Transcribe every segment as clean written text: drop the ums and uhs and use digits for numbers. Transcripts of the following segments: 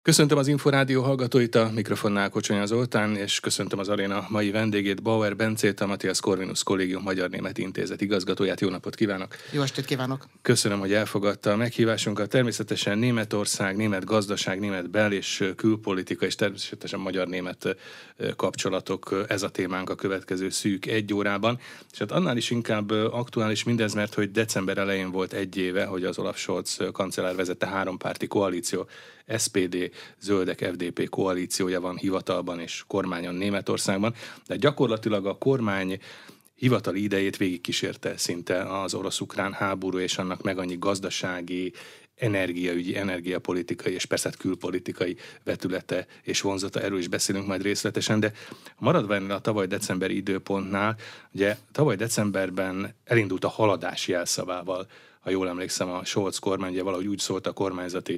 Köszöntöm az Inforádió hallgatóit, a mikrofonnál Kocsonya Zoltán, és köszöntöm az aréna mai vendégét, Bauer Bencét, a Matthias Corvinus Kollégium Magyar-Német Intézet igazgatóját. Jó napot kívánok! Jó estét kívánok! Köszönöm, hogy elfogadta a meghívásunkat. Természetesen Németország, német gazdaság, német bel- és külpolitika, és természetesen magyar-német kapcsolatok, ez a témánk a következő szűk egy órában. És hát annál is inkább aktuális mindez, mert hogy december elején volt egy éve, hogy az Olaf Scholz kancellár vezette hárompárti koalíció, SPD, Zöldek, FDP koalíciója van hivatalban és kormányon Németországban, de gyakorlatilag a kormány hivatali idejét végigkísérte szinte az orosz-ukrán háború és annak meg annyi gazdasági, energiaügyi, energiapolitikai és persze külpolitikai vetülete és vonzata, erről is beszélünk majd részletesen, de maradva ennél a tavaly decemberi időpontnál, ugye tavaly decemberben elindult a haladás jelszavával, ha jól emlékszem, a Scholz kormány, ugye valahogy úgy szólt a kormányzati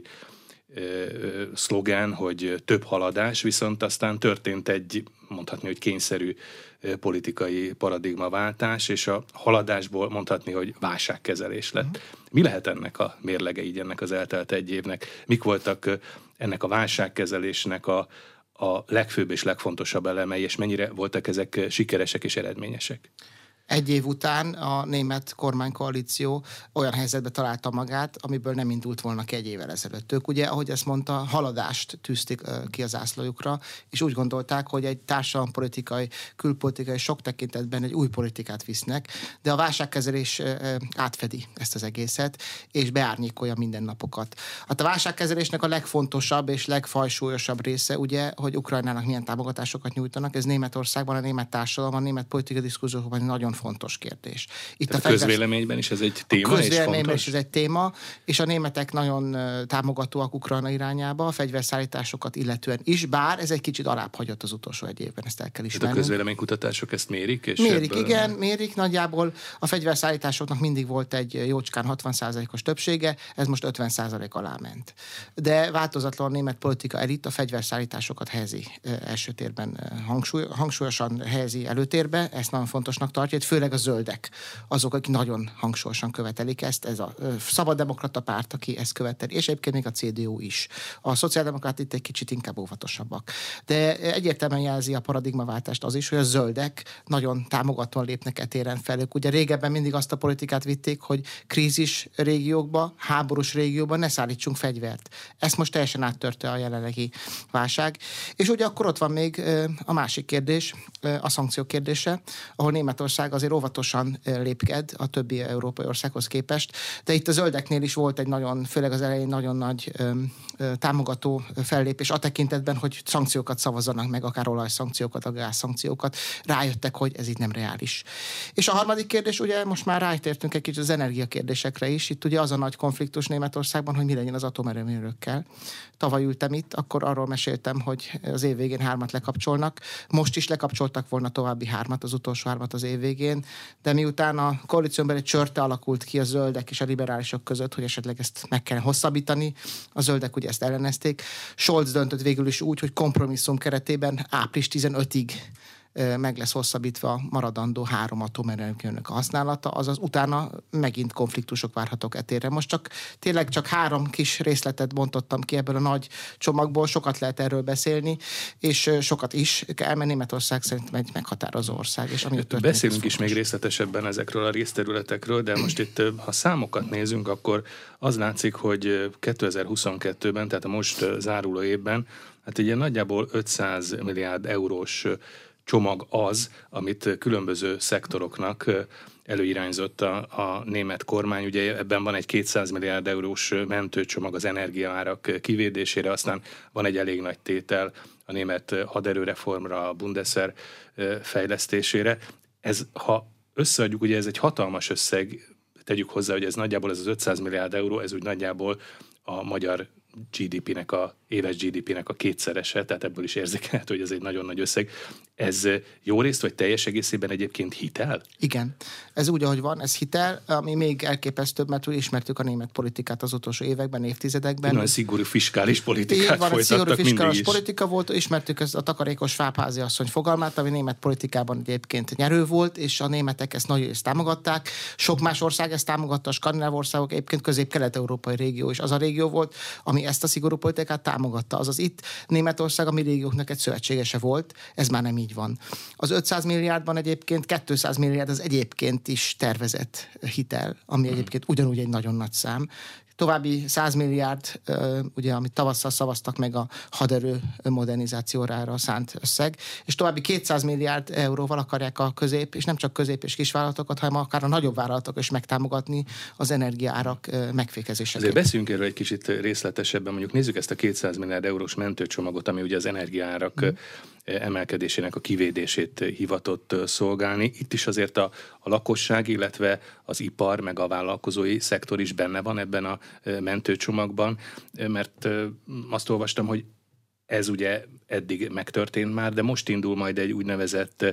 szlogán, hogy több haladás, viszont aztán történt egy, mondhatni, hogy kényszerű politikai paradigmaváltás, és a haladásból mondhatni, hogy válságkezelés lett. Mi lehet ennek a mérlege így ennek az eltelt egy évnek? Mik voltak ennek a válságkezelésnek a legfőbb és legfontosabb elemei, és mennyire voltak ezek sikeresek és eredményesek? Egy év után a német kormánykoalíció olyan helyzetbe találta magát, amiből nem indult volna ki egy évvel ezelőtt. Ők ugye, ahogy ezt mondta, haladást tűzték ki az ászlójukra, és úgy gondolták, hogy egy társadalompolitikai, külpolitikai sok tekintetben egy új politikát visznek, de a válságkezelés átfedi ezt az egészet, és beárnyékolja mindennapokat. Hát a válságkezelésnek a legfontosabb és legfajsúlyosabb része, ugye, hogy Ukrajnának milyen támogatásokat nyújtanak. Ez Németországban, a német társadalom, a német politikai diszkurzióban nagyon fontos kérdés. Itt a közvéleményben is ez egy téma, a közvéleményben is ez egy téma, és a németek nagyon támogatóak Ukrajna irányába, a fegyverszállításokat illetően is, bár ez egy kicsit alább hagyott az utolsó egy évben, ezt el kell ismerni. A közvéleménykutatások ezt mérik? És mérik, igen, mérik. Nagyjából a fegyverszállításoknak mindig volt egy jócskán 60%-os többsége, ez most 50% alá ment. De változatlan a német politika elit a fegyverszállításokat helyezi elsőtérben, hangsúlyosan helyezi előtérbe, ezt nagyon fontosnak tartja, főleg a zöldek, azok, akik nagyon hangsúlyosan követelik ezt, ez a szabaddemokrata párt, aki ezt követeli, és egyébként még a CDU is. A szociáldemokraták itt egy kicsit inkább óvatosabbak. De egyértelműen jelzi a paradigmaváltást az is, hogy a zöldek nagyon támogatóan lépnek etéren fel. Ők ugye régebben mindig azt a politikát vitték, hogy krízis régiókba, háborús régióban ne szállítsunk fegyvert. Ezt most teljesen áttörte a jelenlegi válság. És ugye akkor ott van még a másik kérdés, a szankciók kérdése, ahol Németország azért óvatosan lépked a többi európai országhoz képest, de itt a zöldeknél is volt egy nagyon, főleg az elején nagyon nagy támogató fellépés a tekintetben, hogy szankciókat szavazzanak meg, akár olajszankciókat, a gázszankciókat. Rájöttek, hogy ez így nem reális. És a harmadik kérdés, ugye most már rájtértünk egy kicsit az energiakérdésekre is. Itt ugye az a nagy konfliktus Németországban, hogy mi legyen az atomerőművekkel. Tavaly ültem itt, akkor arról meséltem, hogy az év végén 3 lekapcsolnak. Most is lekapcsoltak volna további 3, az utolsó 3 az év végén, de miután a koalícióban egy csörte alakult ki a zöldek és a liberálisok között, hogy esetleg ezt meg kell hosszabbítani, a zöldek ugye ezt ellenezték. Scholz döntött végül is úgy, hogy kompromisszum keretében április 15-ig meg lesz hosszabbítva a maradandó 3 atomerőműnek a használata, azaz utána megint konfliktusok várhatók etérre. Most tényleg csak 3 kis részletet bontottam ki ebből a nagy csomagból, sokat lehet erről beszélni, és sokat is kell, mert Németország szerintem egy meghatározó ország. És beszélünk is még részletesebben ezekről a részterületekről, de most itt, ha számokat nézünk, akkor az látszik, hogy 2022-ben, tehát a most záruló évben, hát ugye nagyjából 500 milliárd eurós csomag az, amit különböző szektoroknak előirányzott a német kormány. Ugye ebben van egy 200 milliárd eurós mentőcsomag az energiaárak kivédésére, aztán van egy elég nagy tétel a német haderőreformra, a Bundeswehr fejlesztésére. Ez, ha összeadjuk, ugye ez egy hatalmas összeg, tegyük hozzá, hogy ez nagyjából ez az 500 milliárd euró, ez úgy nagyjából a magyar GDP-nek éves GDP-nek a 2-szerese, tehát ebből is érzékelhető, hogy ez egy nagyon nagy összeg. Ez jó részt, vagy teljes egészében egyébként hitel? Igen. Ez úgy, ahogy van, ez hitel, ami még elképesztőbb, mert ismertük a német politikát az utolsó években, évtizedekben. Nagyon szigorú fiskális politikát van, folytattak szigorú fiskális mindig is. politika volt, ismertük ezt a takarékos fábházi asszony fogalmát, ami német politikában egyébként nyerő volt, és a németek ezt nagyon támogatták. Sok más ország ezt támogatta, a skandináv országok, egyébként közép-kelet-európai régió is az a régió volt, ami ami ezt a szigorú politikát támogatta. Azaz itt Németország a mi régióknak egy szövetségese volt, ez már nem így van. Az 500 milliárdban egyébként 200 milliárd az egyébként is tervezett hitel, ami egyébként ugyanúgy egy nagyon nagy szám. További 100 milliárd, ugye, amit tavasszal szavaztak meg a haderő modernizációrára szánt összeg, és további 200 milliárd euróval akarják a közép, és nem csak közép és kisvállalatokat, hanem akár a nagyobb vállalatok is megtámogatni az energiaárak megfékezését. Azért beszéljünk erről egy kicsit részletesebben, mondjuk nézzük ezt a 200 milliárd eurós mentőcsomagot, ami ugye az energiaárak emelkedésének a kivédését hivatott szolgálni. Itt is azért a lakosság, illetve az ipar, meg a vállalkozói szektor is benne van ebben a mentőcsomagban, mert azt olvastam, hogy ez ugye eddig megtörtént már, de most indul majd egy úgynevezett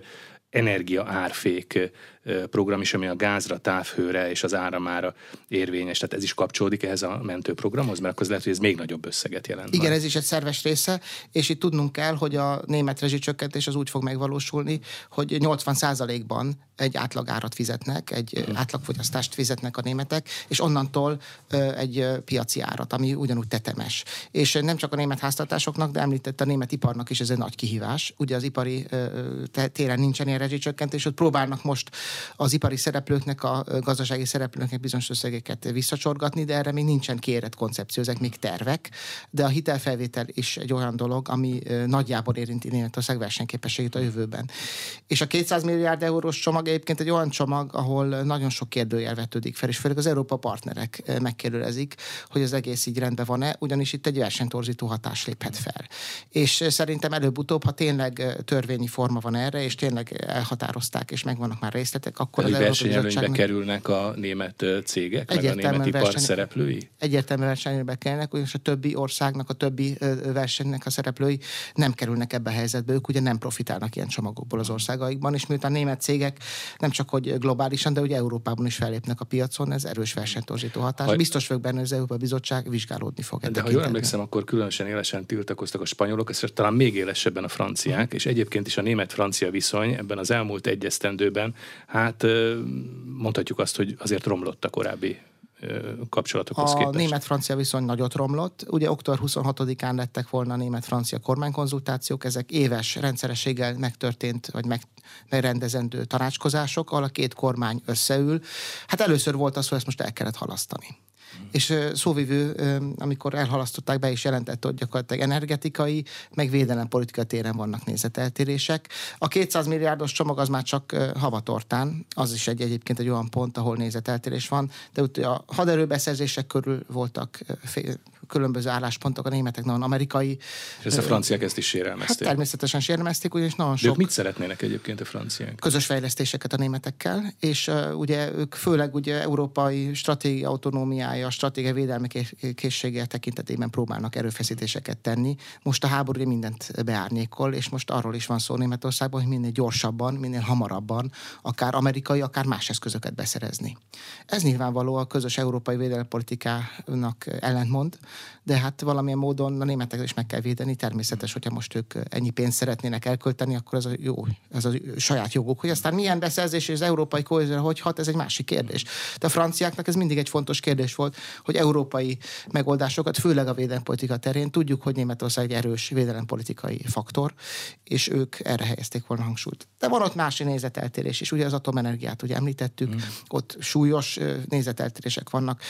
energiaárfék program is, ami a gázra, távhőre és az áramára érvényes. Tehát ez is kapcsolódik ehhez a mentőprogramhoz, mert akkor lehet, hogy ez még nagyobb összeget jelent. Igen, ez is egy szerves része, és itt tudnunk kell, hogy a német rezsicsökkentés az úgy fog megvalósulni, hogy 80%-ban egy átlagárat fizetnek, egy átlagfogyasztást fizetnek a németek, és onnantól egy piaci árat, ami ugyanúgy tetemes. És nem csak a német háztartásoknak, de említett a német iparnak is ez egy nagy kihívás. Ugye az ipari téren nincsen ilyen rezsicsökkentés, ott próbálnak most az ipari szereplőknek, a gazdasági szereplőknek bizonyos összegeket visszacsorgatni, de erre még nincsen kiérett koncepció, ezek még tervek, de a hitelfelvétel is egy olyan dolog, ami nagyjából érinti Németország versenyképességét a jövőben. És a 200 milliárd eurós csomag egyébként egy olyan csomag, ahol nagyon sok kérdőjel vetődik fel, és főleg az Európa partnerek megkérdőjelezik, hogy az egész így rendben van-e, ugyanis itt egy versenytorzító hatás léphet fel. És szerintem előbb-utóbb, ha tényleg törvényi forma van erre, és tényleg elhatározták, és megvannak már részletek, akkor az versenyelőnybe kerülnek a német cégek, meg a német ipar szereplői? Egyértelműen versenyelőnybe kerülnek, ugyanis a többi országnak, a többi versenynek a szereplői nem kerülnek ebbe a helyzetbe, ők ugye nem profitálnak ilyen csomagokból az országaikban, és miután német cégek nem csak hogy globálisan, de ugye Európában is fellépnek a piacon, ez erős versenytorzító hatás. Biztos vagyok benne, hogy az Európai Bizottság vizsgálódni fog. De ha jól emlékszem, akkor különösen élesen tiltakoztak a spanyolok, és talán még élesebben a franciák, és egyébként is a német-francia viszony ebben az elmúlt egy esztendőben, hát mondhatjuk azt, hogy azért romlott a korábbi kapcsolatokhoz képest. A német-francia viszony nagyot romlott. Ugye október 26-án lettek volna a német-francia kormánykonzultációk, ezek éves rendszerességgel megtörtént, vagy megrendezendő tanácskozások, ahol a két kormány összeül. Hát először volt az, hogy ezt most el kellett halasztani. És szóvivő, amikor elhalasztották, be is jelentett, hogy gyakorlatilag energetikai, meg védelempolitika téren vannak nézeteltérések. A 200 milliárdos csomag az már csak havatortán, az is egyébként egy olyan pont, ahol nézeteltérés van, de a haderőbeszerzések körül voltak különböző álláspontok, a németek nagyon amerikai. És ezt a franciák ezt is sérelmezték. Hát természetesen sérelmezték, ugyanis nagyon sok... De ők mit szeretnének egyébként a franciák? Közös fejlesztéseket a németekkel, és ugye ők főleg ugye európai stratégiai autonómiája, stratégiai védelmi készséggel tekintetében próbálnak erőfeszítéseket tenni. Most a háború mindent beárnyékol, és most arról is van szó Németországban, hogy minél gyorsabban, minél hamarabban, akár amerikai, akár más eszközöket beszerezni. Ez nyilvánvaló a közös európai védelempolitikának ellentmond, de hát valamilyen módon a németeket is meg kell védeni. Természetes, hogyha most ők ennyi pénzt szeretnének elkölteni, akkor ez a saját joguk. Hogy aztán milyen beszerzés és az európai kohézióra hogy hat, ez egy másik kérdés. De a franciáknak ez mindig egy fontos kérdés volt, hogy európai megoldásokat, főleg a védelempolitika terén, tudjuk, hogy Németország egy erős védelempolitikai faktor, és ők erre helyezték volna hangsúlyt. De van ott más nézeteltérés is. Ugye az atomenergiát ugye említettük, ott súlyos nézeteltérések vannak.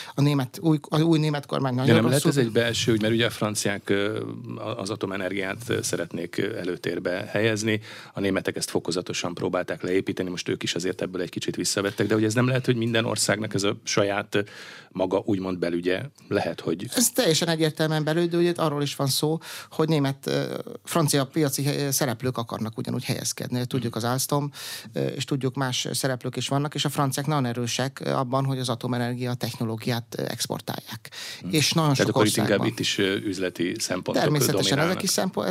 Az új német kormány nagyon rosszul. Lehet ez egy belső, mert ugye a franciák az atomenergiát szeretnék előtérbe helyezni, a németek ezt fokozatosan próbálták leépíteni, most ők is azért ebből egy kicsit visszavettek, de hogy ez nem lehet, hogy minden országnak ez a saját maga úgymond belügye lehet, hogy... Ez teljesen egyértelműen belügy, de ugye arról is van szó, hogy francia piaci szereplők akarnak ugyanúgy helyezkedni. Tudjuk az Alstom, és tudjuk más szereplők is vannak, és a franciák nagyon erősek abban, hogy az atomenergia technológiát exportálják. És nagyon sok országban. Inkább itt is üzleti szempontok természetesen dominálnak.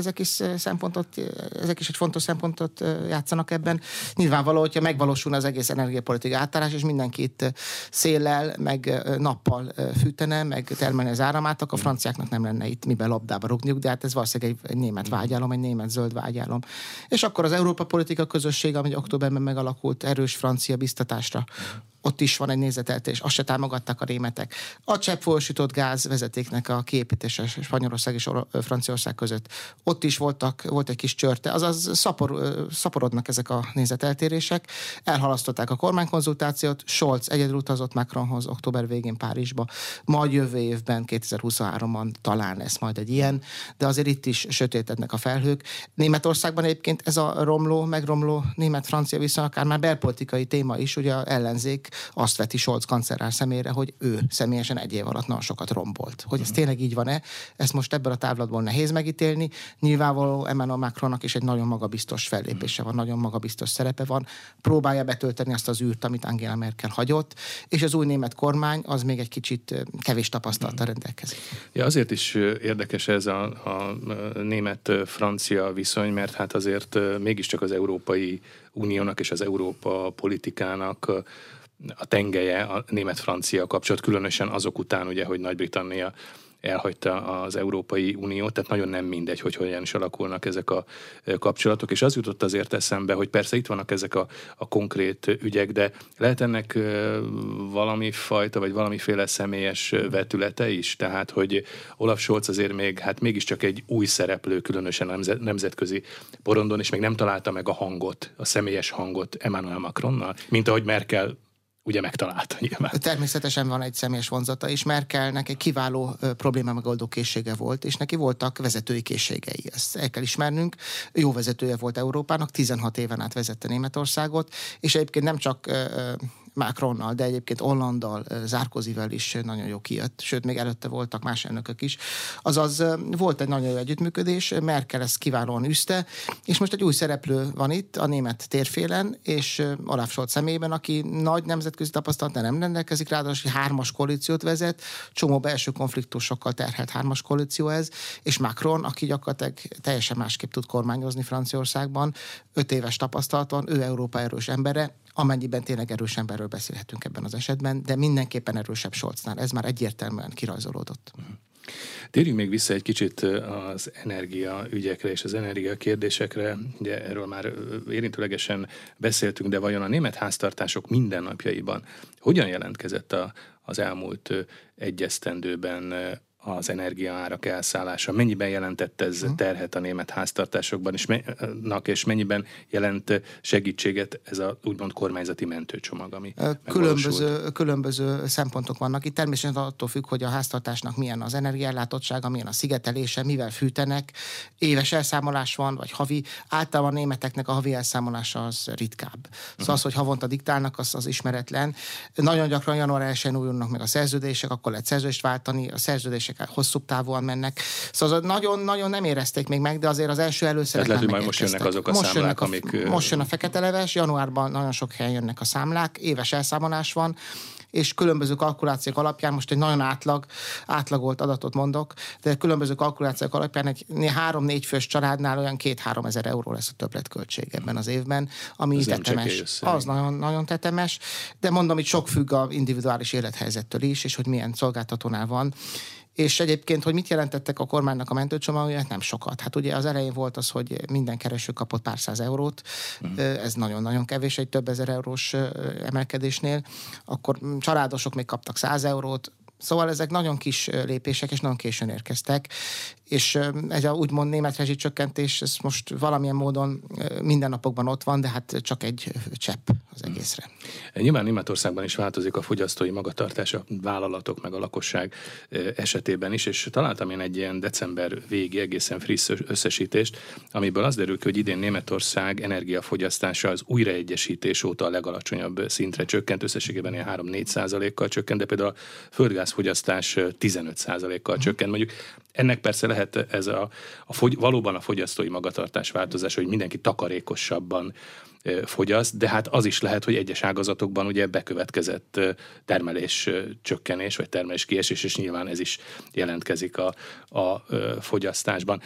ezek is egy fontos szempontot játszanak ebben. Nyilvánvaló, hogyha megvalósulna az egész energiapolitika átállás, és mindenkit széllel, meg nappal fűtene, meg termelni az áramát, akkor a franciáknak nem lenne itt miben labdába rúgniuk, de hát ez valószínűleg egy német vágyálom, egy német zöld vágyálom. És akkor az Európa politika közösség, ami októberben megalakult, erős francia biztatásra ott is van egy nézeteltérés, azt se támogatták a németek. A cseppfolyósított gáz vezetéknek a kiépítése Spanyolország és Franciaország között. Ott is volt egy kis csörte, azaz szaporodnak ezek a nézeteltérések. Elhalasztották a kormánykonzultációt, Scholz egyedül utazott Macronhoz október végén Párizsba, majd jövő évben, 2023-ban talán lesz majd egy ilyen, de azért itt is sötétednek a felhők. Németországban egyébként ez a megromló német-francia viszony akár már belpolitikai téma is, ugye az ellenzék azt veti Scholz kancellár szemére, hogy ő személyesen egy év alatt nagyon sokat rombolt. Hogy ez tényleg így van-e, ezt most ebből a távlatból nehéz megítélni. Nyilvánvaló Emmanuel Macronnak is egy nagyon magabiztos fellépése van, nagyon magabiztos szerepe van. Próbálja betölteni azt az űrt, amit Angela Merkel hagyott, és az új német kormány az még egy kicsit kevés tapasztalattal rendelkezik. Ja, azért is érdekes ez a német-francia viszony, mert hát azért mégiscsak az Európai Uniónak és az Európa politikának a tengelye a német-francia kapcsolat, különösen azok után, ugye, hogy Nagy-Britannia elhagyta az Európai Uniót, tehát nagyon nem mindegy, hogy hogyan is alakulnak ezek a kapcsolatok, és az jutott azért eszembe, hogy persze itt vannak ezek a konkrét ügyek, de lehet ennek valami fajta, vagy valamiféle személyes vetülete is, tehát, hogy Olaf Scholz azért mégiscsak egy új szereplő, különösen nemzetközi porondon, és még nem találta meg a hangot, a személyes hangot Emmanuel Macronnal, mint ahogy Merkel ugye megtalálta nyilván. Természetesen van egy személyes vonzata, és Merkelnek egy kiváló probléma megoldó készsége volt, és neki voltak vezetői készségei. Ezt el kell ismernünk. Jó vezetője volt Európának, 16 éven át vezette Németországot, és egyébként nem csak Macronnal, de egyébként Hollanddal, Sarkozyvel is nagyon jó kijött, sőt, még előtte voltak más elnökök is. Azaz volt egy nagyon jó együttműködés, Merkel ezt kiválóan üzte, és most egy új szereplő van itt, a német térfélen, és Olaf Scholz személyében, aki nagy nemzetközi tapasztalat nem rendelkezik, ráadásul 3-as koalíciót vezet, csomó belső konfliktusokkal terhelt 3-as koalíció ez, és Macron, aki gyakorlatilag teljesen másképp tud kormányozni Franciaországban, 5 éves tapasztalat van, ő Európa erős embere, amennyiben tényleg erős emberről beszélhetünk ebben az esetben, de mindenképpen erősebb Scholznál. Ez már egyértelműen kirajzolódott. Térjünk még vissza egy kicsit az energiaügyekre és az energiakérdésekre. Ugye erről már érintőlegesen beszéltünk, de vajon a német háztartások mindennapjaiban hogyan jelentkezett az elmúlt egy esztendőben az energiaárak elszállása? Mennyiben jelentett ez terhet a német háztartásokban, és mennyiben jelent segítséget ez a úgymond kormányzati mentőcsomag, ami különböző szempontok vannak. Itt természetesen attól függ, hogy a háztartásnak milyen az energiaellátottsága, milyen a szigetelése, mivel fűtenek, éves elszámolás van, vagy havi. Általában a németeknek a havi elszámolása az ritkább. Szóval az, hogy havonta diktálnak, az ismeretlen. Nagyon gyakran január 1-én újulnak meg a szerződések, akkor lehet szerződést váltani, a szerződések hosszú távúan mennek. Szóval nagyon-nagyon nem érezték még meg, de azért az első előszerek lehet, hogy majd most jönnek azok a számlák, amik... Most jön a fekete leves, januárban nagyon sok helyen jönnek a számlák, éves elszámolás van, és különböző kalkulációk alapján, most egy nagyon átlagolt adatot mondok, de különböző kalkulációk alapján egy 3-4 fős családnál olyan 2-3 ezer euró lesz a többletköltség ebben az évben, ami tetemes. Az nagyon tetemes, de mondom, itt sok függ az individuális élethelyzettől is, és hogy milyen szolgáltatónál van. És egyébként, hogy mit jelentettek a kormánynak a mentőcsomagját, nem sokat. Hát ugye az elején volt az, hogy minden kereső kapott pár száz eurót, ez nagyon-nagyon kevés egy több ezer eurós emelkedésnél, akkor családosok még kaptak 100 eurót, szóval ezek nagyon kis lépések, és nagyon későn érkeztek, és ez a úgymond német rezsicsökkentés, ez most valamilyen módon mindennapokban ott van, de hát csak egy csepp az egészre. Nyilván Németországban is változik a fogyasztói magatartás a vállalatok meg a lakosság esetében is, és találtam én egy ilyen december végi egészen friss összesítést, amiből az derül ki, hogy idén Németország energiafogyasztása az újraegyesítés óta a legalacsonyabb szintre csökkent, összességében ilyen 3-4%-kal csökkent, de például a földgázfogyasztás 15%-kal csökkent. Mondjuk ennek persze lehet ez valóban a fogyasztói magatartás változás, hogy mindenki takarékosabban fogyaszt, de hát az is lehet, hogy egyes ágazatokban ugye bekövetkezett termelés csökkenés, vagy termelés kiesés, és nyilván ez is jelentkezik a fogyasztásban.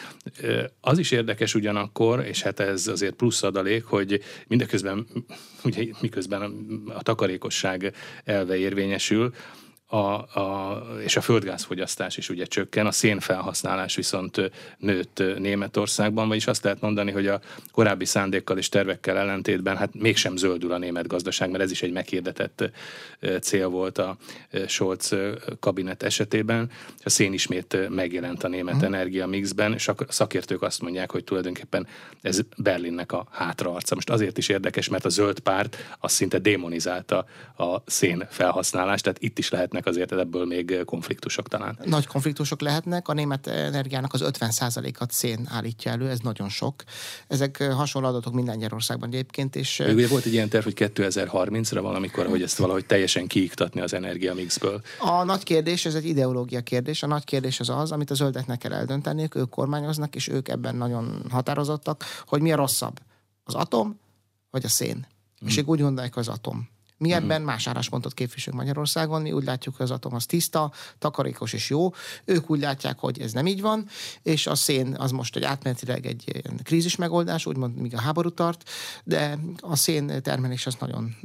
Az is érdekes ugyanakkor, és hát ez azért plusz adalék, hogy mindeközben, ugye miközben a takarékosság elve érvényesül, és a földgázfogyasztás is ugye csökken, a szénfelhasználás viszont nőtt Németországban, vagyis azt lehet mondani, hogy a korábbi szándékkal és tervekkel ellentétben hát mégsem zöldül a német gazdaság, mert ez is egy meghirdetett cél volt a Scholz kabinet esetében. A szén ismét megjelent a német energia mixben, és a szakértők azt mondják, hogy tulajdonképpen ez Berlinnek a hátraarca. Most azért is érdekes, mert a zöld párt az szinte démonizálta a szén felhasználást, tehát itt is lehetnek azért ebből még konfliktusok talán. Nagy konfliktusok lehetnek, a német energiának az 50%-at szén állítja elő, ez nagyon sok. Ezek hasonló adatok minden Magyarországban egyébként. És ugye volt egy ilyen terv, hogy 2030-ra valamikor, hogy ezt valahogy teljesen kiiktatni az energiamixből. A nagy kérdés, ez egy ideológia kérdés, a nagy kérdés az, amit a zöldeknek kell eldönteniük, ők kormányoznak, és ők ebben nagyon határozottak, hogy mi a rosszabb, az atom vagy a szén. És ők úgy gondolják, az atom. Mi ebben más álláspontot képviselünk Magyarországon, mi úgy látjuk, hogy az atom az tiszta, takarékos és jó. Ők úgy látják, hogy ez nem így van, és a szén az most egy átmenetileg egy krízis megoldás, úgymond míg a háború tart, de a szén termelés az nagyon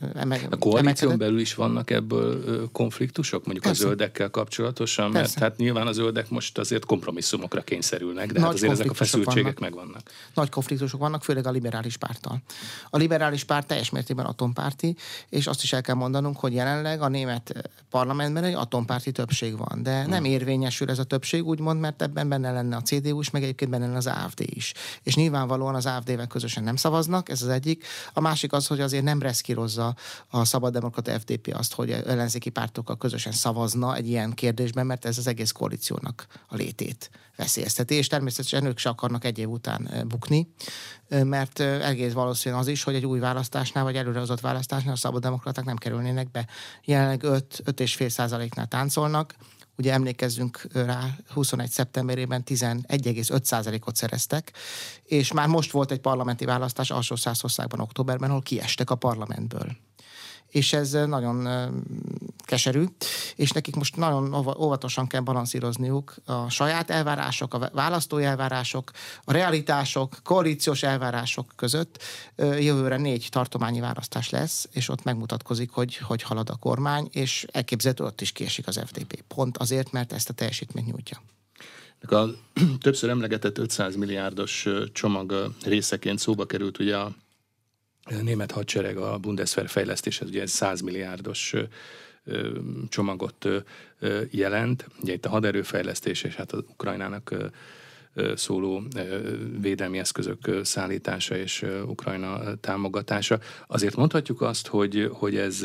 A koalíción belül is vannak ebből konfliktusok, mondjuk persze. A zöldekkel kapcsolatosan, persze. Mert hát nyilván a zöldek most azért kompromisszumokra kényszerülnek, de hát azért ezek a feszültségek megvannak. Nagy konfliktusok vannak, főleg a liberális párttal. A liberális párt teljes mértékben atompárti, és azt is el kell mondanunk, hogy jelenleg a német parlamentben egy atompárti többség van, de nem érvényesül ez a többség, úgymond, mert ebben benne lenne a CDU is, meg egyébként benne lenne az AfD is. És nyilvánvalóan az AfD-vel közösen nem szavaznak, ez az egyik. A másik az, hogy azért nem reszkírozza a szabaddemokrata FDP azt, hogy ellenzéki pártokkal közösen szavazna egy ilyen kérdésben, mert ez az egész koalíciónak a létét veszélyezteti, és természetesen ők se akarnak egy év után bukni, mert egész valószínű az is, hogy egy új választásnál, vagy előrehozott választásnál a szabaddemokraták nem kerülnének be. Jelenleg 5,5%-nál táncolnak, ugye emlékezzünk rá, 21. szeptemberében 11,5%-ot szereztek, és már most volt egy parlamenti választás alsó Szászországban októberben, ahol kiestek a parlamentből. És ez nagyon keserű, és nekik most nagyon óvatosan kell balanszírozniuk a saját elvárások, a választói elvárások, a realitások, koalíciós elvárások között. Jövőre 4 tartományi választás lesz, és ott megmutatkozik, hogy halad a kormány, és elképzelhető ott is kiesik az FDP. Pont azért, mert ezt a teljesítményt nyújtja. A többször emlegetett 500 milliárdos csomag részeként szóba került ugye a német hadsereg a Bundeswehr fejlesztéshez, ugye ez 100 milliárdos csomagot jelent. Ugye itt a haderőfejlesztés és hát az Ukrajnának szóló védelmi eszközök szállítása és Ukrajna támogatása. Azért mondhatjuk azt, hogy ez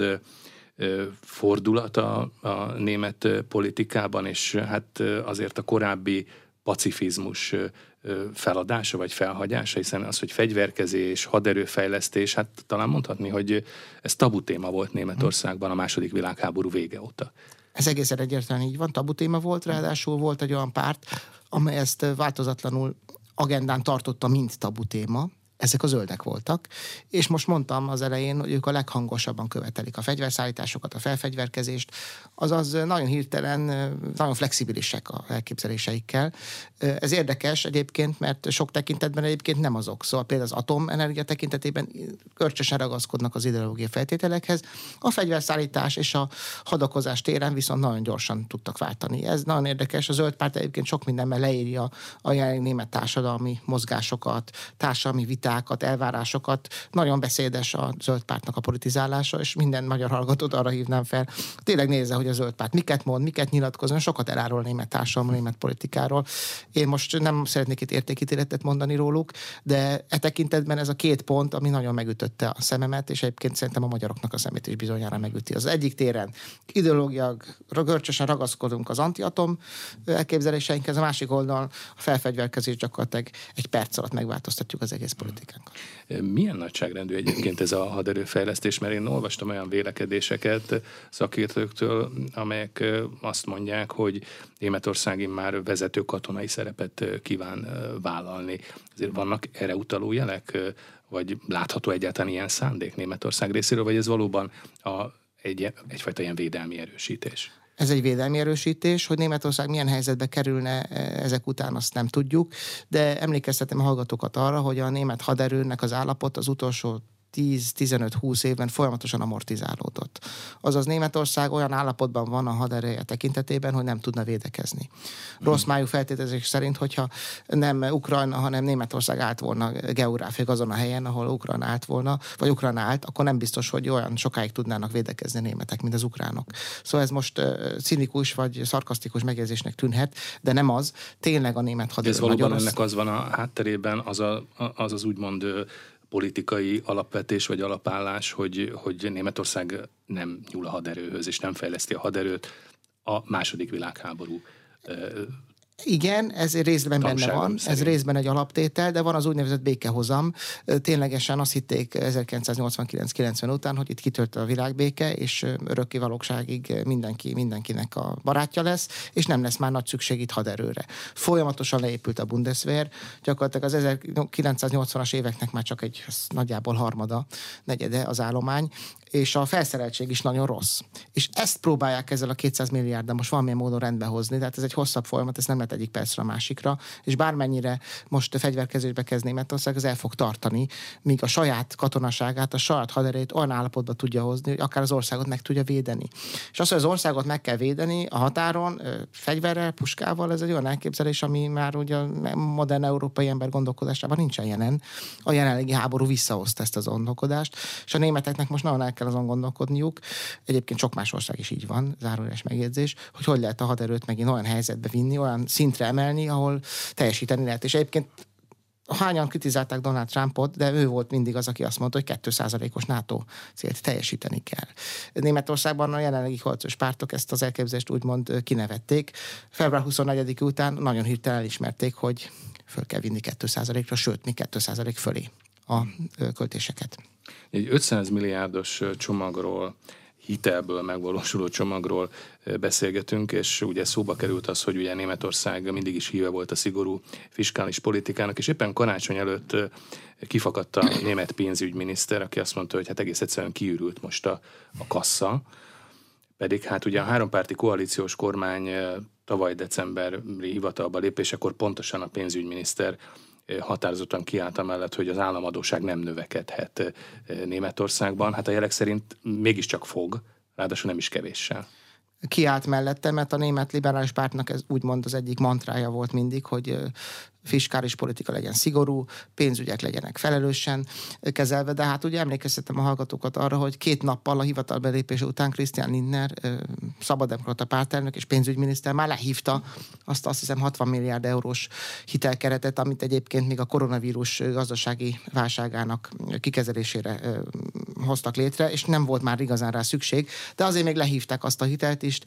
fordulat a német politikában, és hát azért a korábbi pacifizmus feladása vagy felhagyása, hiszen az, hogy fegyverkezés, haderőfejlesztés, hát talán mondhatni, hogy ez tabu téma volt Németországban a II. Világháború vége óta. Ez egészen egyértelműen így van, tabu téma volt, ráadásul volt egy olyan párt, amely ezt változatlanul agendán tartotta, mint tabu téma. Ezek a zöldek voltak, és most mondtam az elején, hogy ők a leghangosabban követelik a fegyverszállításokat, a felfegyverkezést, azaz nagyon hirtelen, nagyon flexibilisek a elképzeléseikkel. Ez érdekes egyébként, mert sok tekintetben egyébként nem azok. Szóval például az atomenergia tekintetében körcsösen ragaszkodnak az ideológiai feltételekhez. A fegyverszállítás és a hadakozás téren viszont nagyon gyorsan tudtak váltani. Ez nagyon érdekes. A zöld párt egyébként sok mindenben leírja a jelenleg német társadalmi mozgásokat, társadalmi vitákat, elvárásokat. Nagyon beszédes a zöld pártnak a politizálása, és minden magyar hallgatót arra hívnám fel. Tényleg nézze, hogy a zöld párt miket mond, miket nyilatkozon, sokat elárul a német társadalom, a német politikáról. Én most nem szeretnék itt értékítéletet mondani róluk, de e tekintetben ez a 2 pont, ami nagyon megütötte a szememet, és egyébként szerintem a magyaroknak a szemét is bizonyára megüti. Az egyik téren ideológiailag görcsösen ragaszkodunk az antiatom elképzeléseinkhez, a másik oldalon a felfegyverkezés gyakorlatilag egy perc alatt megváltoztatjuk az egész politikánkat. Milyen nagyságrendű egyébként ez a haderőfejlesztés? Mert én olvastam olyan vélekedéseket szakértőktől, amelyek azt mondják, hogy Németország már vezető katonai szerepet kíván vállalni. Azért vannak erre utaló jelek, vagy látható egyáltalán ilyen szándék Németország részéről, vagy ez valóban egyfajta ilyen védelmi erősítés? Ez egy védelmi erősítés, hogy Németország milyen helyzetbe kerülne ezek után, azt nem tudjuk, de emlékeztetem a hallgatókat arra, hogy a német haderőnek az állapot az utolsó 10-15-20 évben folyamatosan amortizálódott. Azaz Németország olyan állapotban van a hadereje tekintetében, hogy nem tudna védekezni. Rossz májú feltételezés szerint, hogyha nem Ukrajna, hanem Németország állt volna geográfiailag azon a helyen, ahol Ukrajna állt volna, vagy Ukrajna állt, akkor nem biztos, hogy olyan sokáig tudnának védekezni a németek, mint az ukránok. Szóval ez most cinikus vagy szarkasztikus megjegyzésnek tűnhet, de nem az. Tényleg a német haderő. Ez valóban ennek az van a hátterében, az úgymond politikai alapvetés vagy alapállás, hogy Németország nem nyúl a haderőhöz, és nem fejleszti a haderőt a második világháború. Igen, ez részben benne van, ez részben egy alaptétel, de van az úgynevezett békehozam. Ténylegesen azt hitték 1989-90 után, hogy itt kitört a világbéke, és örökké valóságig mindenkinek a barátja lesz, és nem lesz már nagy szükség itt haderőre. Folyamatosan leépült a Bundeswehr, gyakorlatilag az 1980-as éveknek már csak egy nagyjából harmada, negyede az állomány, és a felszereltség is nagyon rossz. És ezt próbálják ezzel a 200 milliárddal most valamilyen módon rendbe hozni, tehát ez egy hosszabb folyamat, ez nem lehet egyik percre a másikra, és bármennyire most fegyverkezésbe kezd Németország, az el fog tartani, míg a saját katonaságát, a saját haderejét olyan állapotba tudja hozni, hogy akár az országot meg tudja védeni. És az, hogy az országot meg kell védeni a határon, fegyverrel, puskával, ez egy olyan elképzelés, ami már ugye a modern európai ember gondolkodásában nincsen jelen. A jelenlegi háború visszahozta ezt az gondolkodást, és a németeknek most nagyon el kell azon gondolkodniuk. Egyébként sok más ország is így van, zárójeles megjegyzés, hogy lehet a haderőt megint olyan helyzetbe vinni, olyan szintre emelni, ahol teljesíteni lehet. És egyébként hányan kritizálták Donald Trumpot, de ő volt mindig az, aki azt mondta, hogy 2%-os NATO célt teljesíteni kell. Németországban a jelenlegi koalíciós pártok ezt az elképzelést úgymond kinevették. Február 24 után nagyon hirtelen elismerték, hogy föl kell vinni 2%-ra, sőt, mi 2% fölé a költéseket. Egy 500 milliárdos csomagról, hitelből megvalósuló csomagról beszélgetünk, és ugye szóba került az, hogy ugye Németország mindig is híve volt a szigorú fiskális politikának, és éppen karácsony előtt kifakadt a német pénzügyminiszter, aki azt mondta, hogy hát egész egyszerűen kiürült most a kassa, pedig hát ugye a hárompárti koalíciós kormány tavaly decemberi hivatalba lépésekor pontosan a pénzügyminiszter határozottan kiállt amellett, hogy az államadósság nem növekedhet Németországban. Hát a jelek szerint mégiscsak fog, ráadásul nem is kevéssel. Kiállt mellette, mert a német liberális pártnak ez úgymond az egyik mantrája volt mindig, hogy fiskális politika legyen szigorú, pénzügyek legyenek felelősen kezelve, de hát ugye emlékeztetem a hallgatókat arra, hogy 2 nappal a hivatalbelépése után Christian Lindner, szabaddemokrata pártelnök és pénzügyminiszter már lehívta azt hiszem 60 milliárd eurós hitelkeretet, amit egyébként még a koronavírus gazdasági válságának kikezelésére hoztak létre, és nem volt már igazán rá szükség, de azért még lehívták azt a hitelt is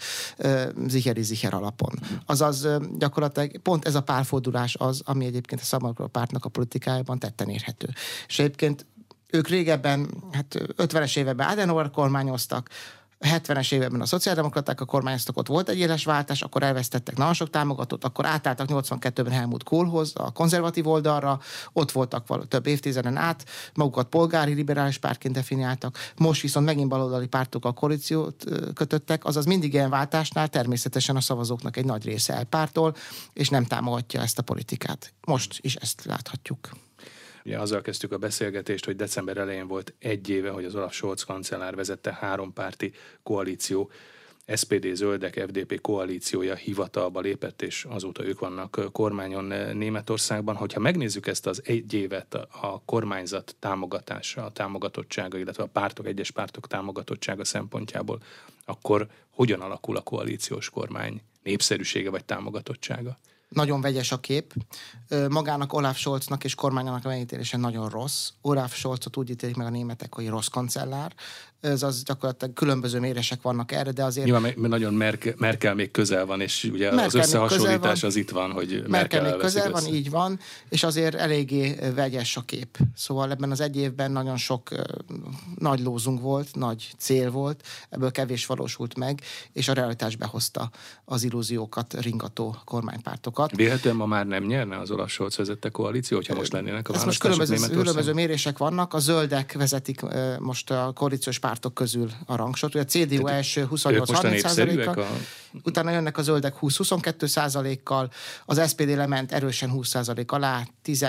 zicher alapon. Azaz gyakorlatilag pont ez a párfordulás az, ami egyébként a szabademokrata pártnak a politikájában tetten érhető. És egyébként ők régebben, 50-es években Adenauer kormányoztak, 70-es években a szociáldemokraták a kormányoztak, ott volt egy éles váltás, akkor elvesztettek nagyon sok támogatót, akkor átálltak 82-ben Helmut Kohlhoz, a konzervatív oldalra, ott voltak több évtizeden át, magukat polgári liberális pártként definiáltak, most viszont megint baloldali pártokkal koalíciót kötöttek, azaz mindig ilyen váltásnál természetesen a szavazóknak egy nagy része elpártol, és nem támogatja ezt a politikát. Most is ezt láthatjuk. Ugye azzal kezdtük a beszélgetést, hogy december elején volt 1 éve, hogy az Olaf Scholz kancellár vezette hárompárti koalíció, SPD, Zöldek, FDP koalíciója hivatalba lépett, és azóta ők vannak kormányon Németországban. Hogyha megnézzük ezt az 1 évet, a kormányzat támogatása, a támogatottsága, illetve a egyes pártok támogatottsága szempontjából, akkor hogyan alakul a koalíciós kormány népszerűsége vagy támogatottsága? Nagyon vegyes a kép. Magának Olaf Scholznak és kormányának a megítélése nagyon rossz. Olaf Scholzot úgy ítélik meg a németek, hogy rossz kancellár. Ez az gyakorlatilag különböző mérések vannak erre, de azért... Nyilván nagyon Merkel még közel van, és ugye Merkel az összehasonlítás az itt van, hogy Merkel még közel van, így van, és azért eléggé vegyes a kép. Szóval ebben az 1 évben nagyon sok nagy lózung volt, nagy cél volt, ebből kevés valósult meg, és a realitás behozta az illúziókat ringató kormánypártokat. Véletlenül ma már nem nyerne az Olaf Scholz vezette koalíció, hogyha most lennének a választások Németországban? Különböző mérések vannak, a zöldek vezetik most a koalíciós pártok közül a rangsort. Ugye a CDU első 28-30%-kal, utána jönnek a zöldek 20-22%-kal, az SPD lement erősen 20% alá,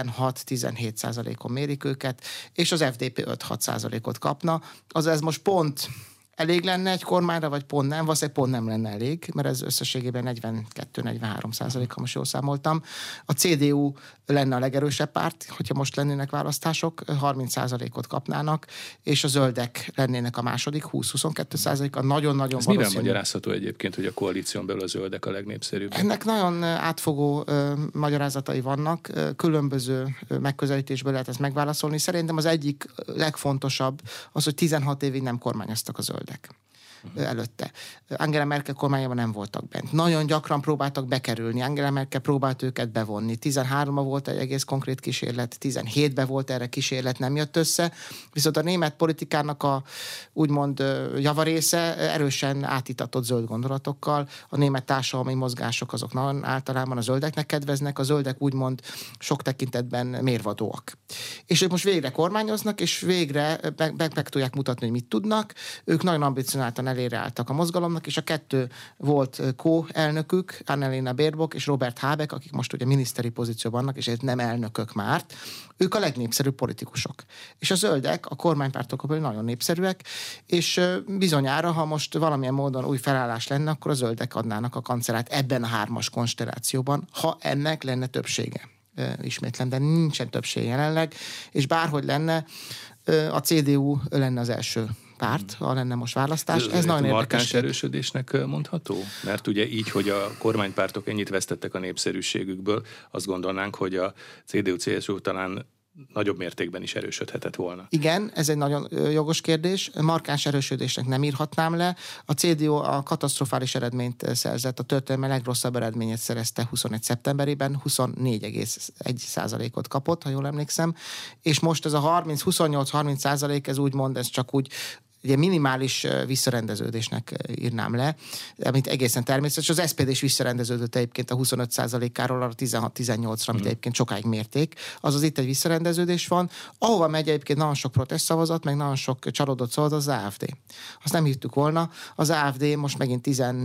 16-17%-on mérik őket, és az FDP 5-6%-ot kapna. Azaz ez most pont elég lenne egy kormányra, vagy pont nem? Valószínűleg pont nem lenne elég, mert ez összességében 42-43%, ha most jól számoltam. A CDU lenne a legerősebb párt, hogyha most lennének választások, 30%-ot kapnának, és a zöldek lennének a második, 20-22%-a. Nagyon-nagyon ez valószínű. mivel magyarázható egyébként, hogy a koalíción belül a zöldek a legnépszerűbb? Ennek nagyon átfogó magyarázatai vannak, különböző megközelítésből lehet ezt megválaszolni. Szerintem az egyik legfontosabb az, hogy 16 évig nem kormányoztak a zöldek előtte. Angela Merkel kormányában nem voltak bent. Nagyon gyakran próbáltak bekerülni. Angela Merkel próbált őket bevonni. 13-ban volt egy egész konkrét kísérlet, 17-ben volt erre kísérlet, nem jött össze. Viszont a német politikának a úgymond javarésze erősen átitatott zöld gondolatokkal. A német társadalmi mozgások azok nagyon általában a zöldeknek kedveznek, a zöldek úgymond sok tekintetben mérvadóak. És ők most végre kormányoznak, és végre meg tudják mutatni, hogy mit tudnak. Ők nagyon ambicionáltan elére álltak a mozgalomnak, és a kettő volt co-elnökük, Annalena Baerbock és Robert Habeck, akik most ugye miniszteri pozícióban vannak, és ez nem elnökök már. Ők a legnépszerűbb politikusok. És a zöldek, a kormánypártokból nagyon népszerűek, és bizonyára, ha most valamilyen módon új felállás lenne, akkor a zöldek adnának a kancellát ebben a hármas konstellációban, ha ennek lenne többsége. Ismétlem, de nincsen többség jelenleg, és bárhogy lenne, a CDU lenne az első párt, ha lenne most választás. Ez nagyon érdekes. Markáns erősödésnek mondható? Mert ugye így, hogy a kormánypártok ennyit vesztettek a népszerűségükből, azt gondolnánk, hogy a CDU-CSU talán nagyobb mértékben is erősödhetett volna. Igen, ez egy nagyon jogos kérdés. Markáns erősödésnek nem írhatnám le. A CDU a katasztrofális eredményt szerzett, a történelme legrosszabb eredményét szerezte 21. szeptemberében, 24,1%-ot kapott, ha jól emlékszem, és most ez a 28-30%, ez úgymond, ez csak úgy ugye minimális visszarendeződésnek írnám le, amit egészen természetes. Az SPD is visszarendeződött egyébként a 25%-áról arra 16-18-ra, amit egyébként sokáig mérték. Azaz itt egy visszarendeződés van. Ahova megy egyébként nagyon sok protest szavazat, meg nagyon sok csalódott szavazat, az AfD. Azt nem hittük volna. Az AfD most megint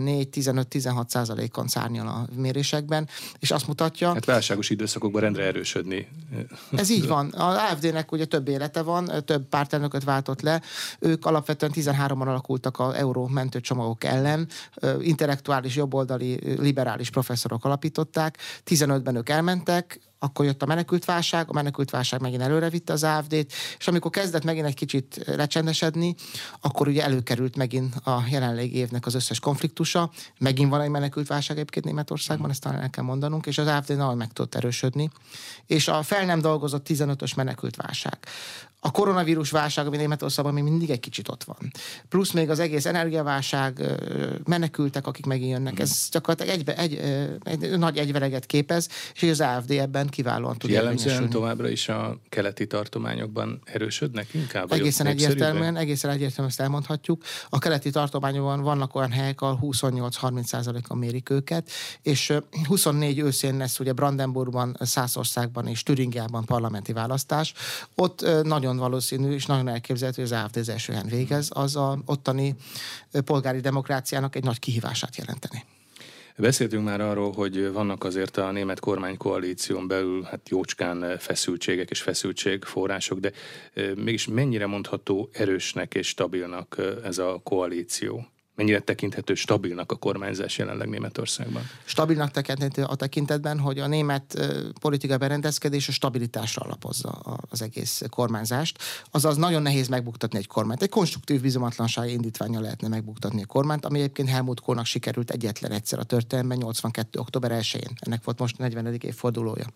14-15-16%-on szárnyal a mérésekben, és azt mutatja... Hát válságos időszakokban rendre erősödni. Ez így van. Az AfD-nek ugye több élete van, több pártelnököt váltott le. Ők alapvetően 13-ban alakultak az euró mentőcsomagok ellen, intellektuális, jobboldali, liberális professzorok alapították, 15-ben ők elmentek, akkor jött a menekültválság megint előrevitte az AfD-t, és amikor kezdett megint egy kicsit lecsendesedni, akkor ugye előkerült megint a jelenlegi évnek az összes konfliktusa, megint van egy menekültválság egyébként Németországban, ezt talán el kell mondanunk, és az AfD nagyon meg tudott erősödni, és a fel nem dolgozott 15-ös menekültválság. A koronavírus válság, ami Németországban még mindig egy kicsit ott van. Plusz még az egész energiaválság, menekültek, akik megint jönnek. Ez gyakorlatilag egy nagy egyvereget képez, és az AfD ebben kiválóan tud jellemzően érvényesülni. továbbra is a keleti tartományokban erősödnek inkább? Egészen egyértelműen ezt elmondhatjuk. A keleti tartományokban vannak olyan helyek, ahol 28-30%-on mérik őket, és 24 őszén lesz ugye Brandenburgban, Szászországban és Türingiában parlamenti választás. Ott nagyon valószínű és nagyon elképzelhető, hogy az AfD az első helyen végez, az az ottani polgári demokráciának egy nagy kihívását jelenteni. Beszéltünk már arról, hogy vannak azért a német kormánykoalíción belül hát jócskán feszültségek és feszültségforrások, de mégis mennyire mondható erősnek és stabilnak ez a koalíció? Mennyire tekinthető stabilnak a kormányzás jelenleg Németországban? Stabilnak tekinthető a tekintetben, hogy a német politikai berendezkedés a stabilitásra alapozza az egész kormányzást. Azaz nagyon nehéz megbuktatni egy kormányt. Egy konstruktív bizalmatlansági indítvánnyal lehetne megbuktatni a kormányt, ami egyébként Helmut Kohlnak sikerült egyetlen egyszer a történelemben 82. október 1-én. Ennek volt most 40. évfordulója.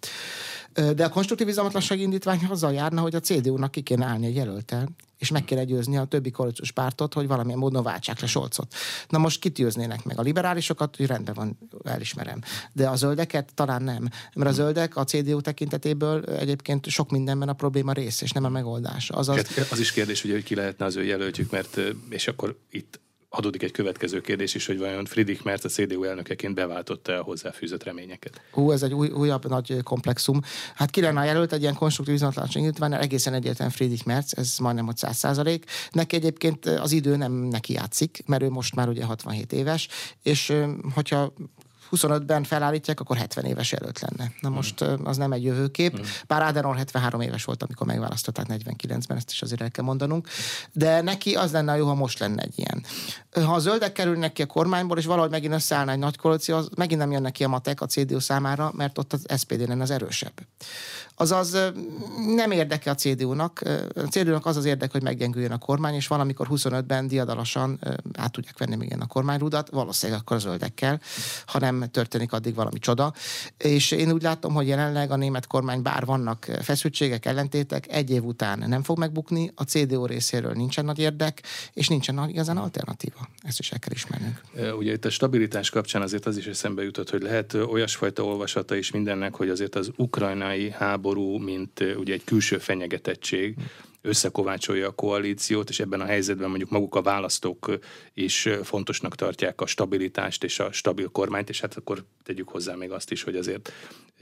De a konstruktív bizalmatlansági indítvány azzal járna, hogy a CDU-nak ki kéne állni egy jelölttel, és meg kéne győzni a többi koalíciós pártot, hogy valamilyen módon váltsák le Scholzot. Na most kit győznének meg? A liberálisokat, hogy rendben van, elismerem. De a zöldeket talán nem. Mert a zöldek a CDU tekintetéből egyébként sok mindenben a probléma rész, és nem a megoldás. Az is kérdés, ugye, hogy ki lehetne az ő jelöltjük, mert és akkor itt adódik egy következő kérdés is, hogy vajon Friedrich Merz a CDU elnökeként beváltotta a hozzáfűzött reményeket. Ez egy újabb nagy komplexum. Hát ki lenne a jelölt egy ilyen konstruktív bizonytalanság indítványnál, egészen egyértelműen Friedrich Merz, ez majdnem 100%. Neki egyébként az idő nem neki játszik, mert ő most már ugye 67 éves, és hogyha 25-ben felállítják, akkor 70 éves jelölt lenne. Na most az nem egy jövőkép. Bár Adenauer 73 éves volt, amikor megválasztották 49-ben, ezt is azért el kell mondanunk. De neki az lenne jó, ha most lenne egy ilyen. Ha a zöldek kerülnek ki a kormányból, és valahogy megint összeállna egy nagy koalíció, az megint nem jönnek ki a matek a CDU számára, mert ott az SPD lenne az erősebb. Azaz nem érdeke a CDU-nak. A CDU-nak az érdeke, hogy meggyengüljön a kormány, és valamikor 25-ben diadalosan át tudják venni még a kormányrudat, valószínűleg akkor a zöldekkel, ha nem történik addig valami csoda. És én úgy látom, hogy jelenleg a német kormány, bár vannak feszültségek, ellentétek, egy év után nem fog megbukni, a CDU részéről nincsen nagy érdek, és nincsen nagy igazán alternatíva. Ezt is el kell ismernünk. Ugye itt a stabilitás kapcsán azért az is eszembe jutott, hogy lehet olyasfajta olvasata is mindennek, hogy azért az ukrajnai háború, mint ugye egy külső fenyegetettség, összekovácsolja a koalíciót, és ebben a helyzetben mondjuk maguk a választók is fontosnak tartják a stabilitást és a stabil kormányt, és hát akkor tegyük hozzá még azt is, hogy azért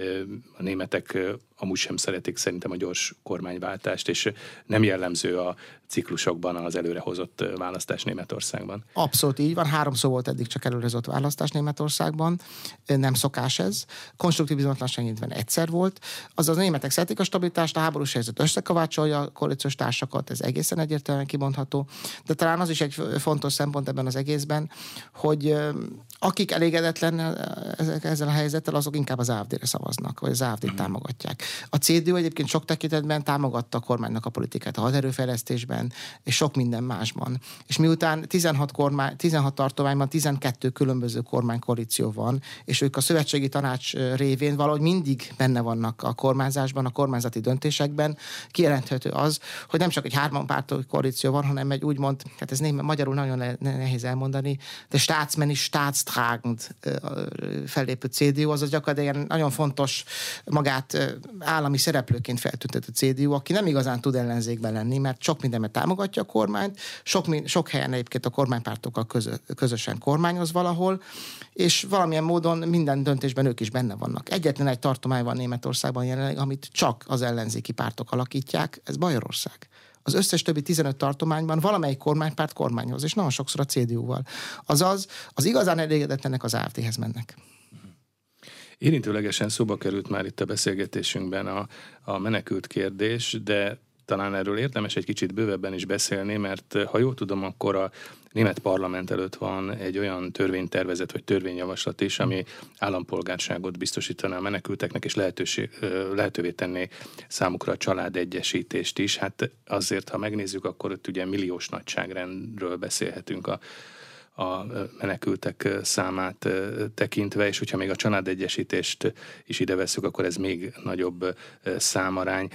a németek amúgy sem szeretik szerintem a gyors kormányváltást, és nem jellemző a ciklusokban az előrehozott választás Németországban. Abszolút így van, 3 szó volt eddig csak előrehozott választás Németországban, nem szokás ez. Konstruktív bizonytalanság indítvány egyszer volt, azaz a németek szeretik a stabilitást, a háborús helyzet összekovácsolja a koalíciós társakat, ez egészen egyértelműen kimondható, de talán az is egy fontos szempont ebben az egészben, hogy akik elégedetlen ezzel a helyzettel, azok inkább az AfD-re szavaznak, vagy az AfD-t támogatják. A CDU egyébként sok tekintetben támogatta a kormánynak a politikát, a haderőfejlesztésben, és sok minden másban. És miután 16 tartományban 12 különböző kormánykoalíció van, és ők a szövetségi tanács révén valahogy mindig benne vannak a kormányzásban, a kormányzati döntésekben, kijelenthető az, hogy nem csak egy 3 párti koalíció van, hanem egy úgymond, hát ez magyarul nagyon nehéz elmondani, de staatstragend fellépő CDU, azaz gyakorlatilag nagyon fontos magát állami szereplőként feltüntető CDU, aki nem igazán tud ellenzékben lenni, mert sok mindenben támogatja a kormányt, sok helyen egyébként a kormánypártokkal közösen kormányoz valahol, és valamilyen módon minden döntésben ők is benne vannak. Egyetlen egy tartomány van Németországban jelenleg, amit csak az ellenzéki pártok alakítják, ez Bajorország. Az összes többi 15 tartományban valamelyik kormánypárt kormányhoz, és nagyon sokszor a CDU-val. Azaz, az igazán elégedetlenek az AfD-hez mennek. Érintőlegesen szóba került már itt a beszélgetésünkben a menekült kérdés, de talán erről érdemes egy kicsit bővebben is beszélni, mert ha jól tudom, akkor a német parlament előtt van egy olyan törvénytervezet vagy törvényjavaslat is, ami állampolgárságot biztosítaná a menekülteknek, és lehetővé tenné számukra a családegyesítést is. Hát azért, ha megnézzük, akkor ott ugye milliós nagyságrendről beszélhetünk a menekültek számát tekintve, és hogyha még a családegyesítést is ide vesszük, akkor ez még nagyobb számarány.